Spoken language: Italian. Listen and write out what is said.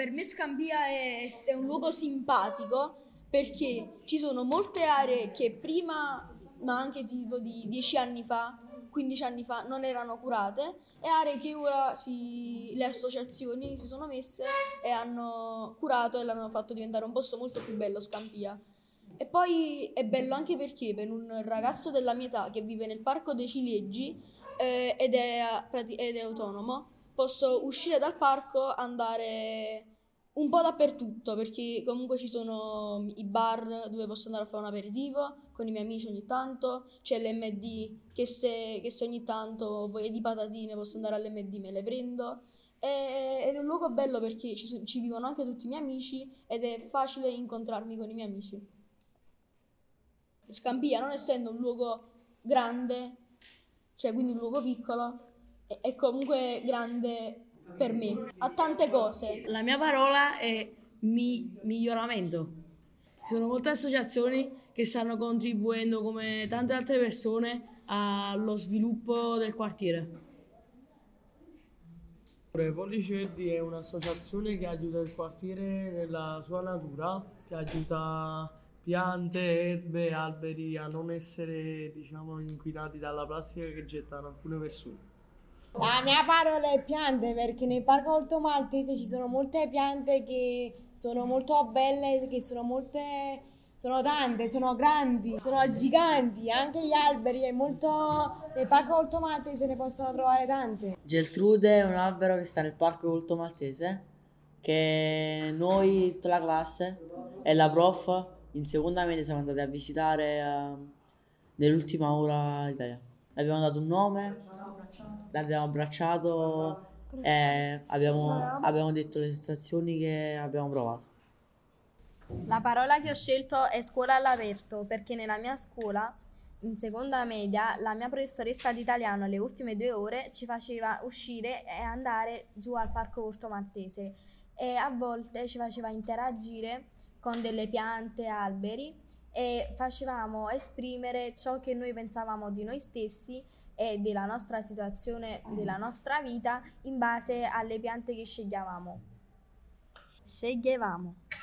Per me Scampia è un luogo simpatico perché ci sono molte aree che prima, ma anche tipo di 10 anni fa, 15 anni fa, non erano curate e aree che ora le associazioni si sono messe e hanno curato e l'hanno fatto diventare un posto molto più bello Scampia. E poi è bello anche perché per un ragazzo della mia età che vive nel Parco dei Ciliegi ed è autonomo, posso uscire dal parco, andare un po' dappertutto, perché comunque ci sono i bar dove posso andare a fare un aperitivo con i miei amici ogni tanto, c'è l'MD che se ogni tanto ho voglia di patatine posso andare all'MD, me le prendo. Ed è un luogo bello perché ci vivono anche tutti i miei amici ed è facile incontrarmi con i miei amici. Scampia, non essendo un luogo grande, cioè quindi un luogo piccolo, è comunque grande per me. Ha tante cose. La mia parola è miglioramento. Ci sono molte associazioni che stanno contribuendo, come tante altre persone, allo sviluppo del quartiere. Pollici Verdi è un'associazione che aiuta il quartiere nella sua natura, che aiuta piante, erbe, alberi a non essere, diciamo, inquinati dalla plastica che gettano alcune persone. La mia parola è piante perché nel Parco Alto Maltese ci sono molte piante che sono molto belle, sono tante, sono grandi, sono giganti, anche gli alberi nel Parco Alto Maltese ne possono trovare tante. Geltrude è un albero che sta nel Parco Culto Maltese, che noi, tutta la classe e la prof in seconda media siamo andati a visitare nell'ultima ora d'Italia. Le abbiamo dato un nome, l'abbiamo abbracciato e abbiamo detto le sensazioni che abbiamo provato. La parola che ho scelto è scuola all'aperto perché nella mia scuola, in seconda media, la mia professoressa di italiano alle ultime 2 ore ci faceva uscire e andare giù al Parco Orto Maltese e a volte ci faceva interagire con delle piante, alberi e facevamo esprimere ciò che noi pensavamo di noi stessi e della nostra situazione, della nostra vita in base alle piante che sceglievamo.